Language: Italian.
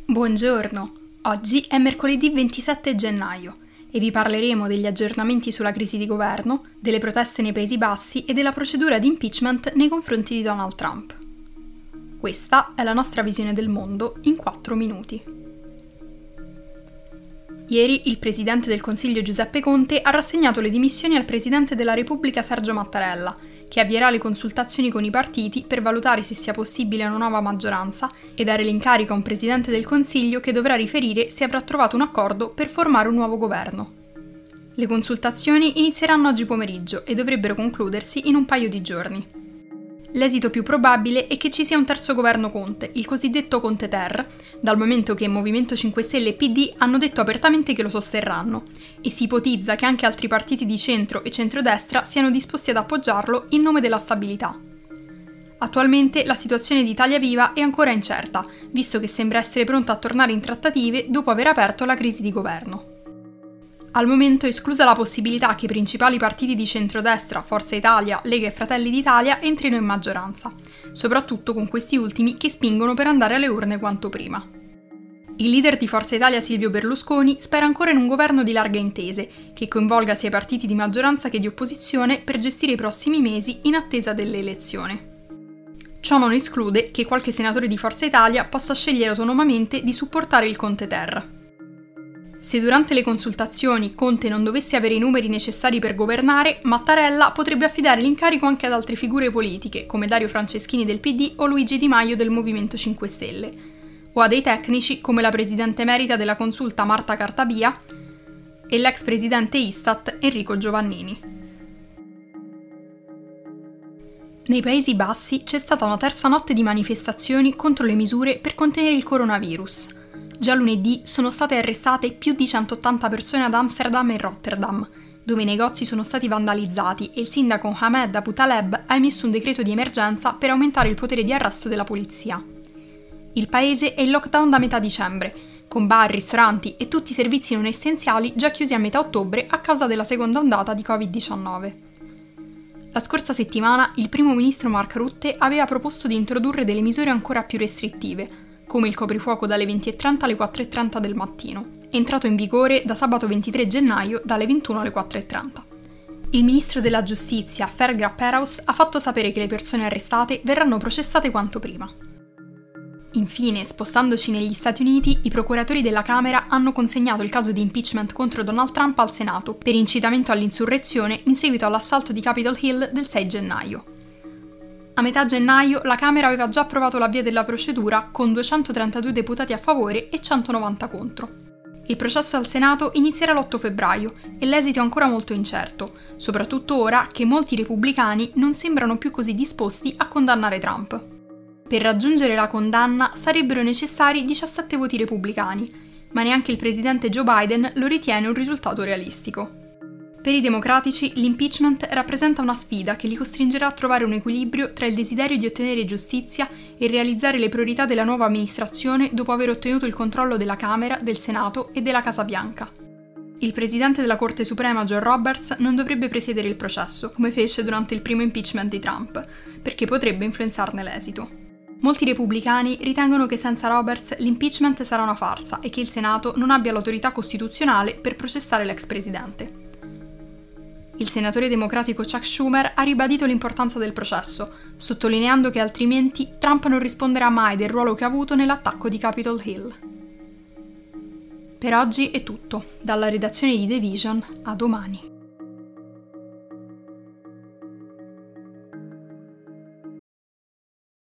Buongiorno, oggi è mercoledì 27 gennaio e vi parleremo degli aggiornamenti sulla crisi di governo, delle proteste nei Paesi Bassi e della procedura di impeachment nei confronti di Donald Trump. Questa è la nostra visione del mondo in 4 minuti. Ieri il Presidente del Consiglio Giuseppe Conte ha rassegnato le dimissioni al Presidente della Repubblica Sergio Mattarella, che avvierà le consultazioni con i partiti per valutare se sia possibile una nuova maggioranza e dare l'incarico a un Presidente del Consiglio che dovrà riferire se avrà trovato un accordo per formare un nuovo governo. Le consultazioni inizieranno oggi pomeriggio e dovrebbero concludersi in un paio di giorni. L'esito più probabile è che ci sia un terzo governo Conte, il cosiddetto Conte-Ter, dal momento che Movimento 5 Stelle e PD hanno detto apertamente che lo sosterranno, e si ipotizza che anche altri partiti di centro e centrodestra siano disposti ad appoggiarlo in nome della stabilità. Attualmente la situazione di Italia Viva è ancora incerta, visto che sembra essere pronta a tornare in trattative dopo aver aperto la crisi di governo. Al momento è esclusa la possibilità che i principali partiti di centrodestra, Forza Italia, Lega e Fratelli d'Italia entrino in maggioranza, soprattutto con questi ultimi che spingono per andare alle urne quanto prima. Il leader di Forza Italia Silvio Berlusconi spera ancora in un governo di larghe intese, che coinvolga sia i partiti di maggioranza che di opposizione per gestire i prossimi mesi in attesa delle elezioni. Ciò non esclude che qualche senatore di Forza Italia possa scegliere autonomamente di supportare il Conte-Ter. Se durante le consultazioni Conte non dovesse avere i numeri necessari per governare, Mattarella potrebbe affidare l'incarico anche ad altre figure politiche, come Dario Franceschini del PD o Luigi Di Maio del Movimento 5 Stelle, o a dei tecnici come la presidente emerita della Consulta Marta Cartabia e l'ex presidente Istat Enrico Giovannini. Nei Paesi Bassi c'è stata una terza notte di manifestazioni contro le misure per contenere il coronavirus. Già lunedì sono state arrestate più di 180 persone ad Amsterdam e Rotterdam, dove i negozi sono stati vandalizzati e il sindaco Hamed Aboutaleb ha emesso un decreto di emergenza per aumentare il potere di arresto della polizia. Il paese è in lockdown da metà dicembre, con bar, ristoranti e tutti i servizi non essenziali già chiusi a metà ottobre a causa della seconda ondata di Covid-19. La scorsa settimana il primo ministro Mark Rutte aveva proposto di introdurre delle misure ancora più restrittive, come il coprifuoco dalle 20:30 alle 4:30 del mattino, entrato in vigore da sabato 23 gennaio dalle 21 alle 4:30. Il ministro della giustizia, Ferg Grapperhaus, ha fatto sapere che le persone arrestate verranno processate quanto prima. Infine, spostandoci negli Stati Uniti, i procuratori della Camera hanno consegnato il caso di impeachment contro Donald Trump al Senato per incitamento all'insurrezione in seguito all'assalto di Capitol Hill del 6 gennaio. A metà gennaio la Camera aveva già approvato l'avvio della procedura con 232 deputati a favore e 190 contro. Il processo al Senato inizierà l'8 febbraio e l'esito è ancora molto incerto, soprattutto ora che molti repubblicani non sembrano più così disposti a condannare Trump. Per raggiungere la condanna sarebbero necessari 17 voti repubblicani, ma neanche il presidente Joe Biden lo ritiene un risultato realistico. Per i democratici l'impeachment rappresenta una sfida che li costringerà a trovare un equilibrio tra il desiderio di ottenere giustizia e realizzare le priorità della nuova amministrazione dopo aver ottenuto il controllo della Camera, del Senato e della Casa Bianca. Il presidente della Corte Suprema John Roberts non dovrebbe presiedere il processo, come fece durante il primo impeachment di Trump, perché potrebbe influenzarne l'esito. Molti repubblicani ritengono che senza Roberts l'impeachment sarà una farsa e che il Senato non abbia l'autorità costituzionale per processare l'ex presidente. Il senatore democratico Chuck Schumer ha ribadito l'importanza del processo, sottolineando che altrimenti Trump non risponderà mai del ruolo che ha avuto nell'attacco di Capitol Hill. Per oggi è tutto, dalla redazione di The Vision a domani.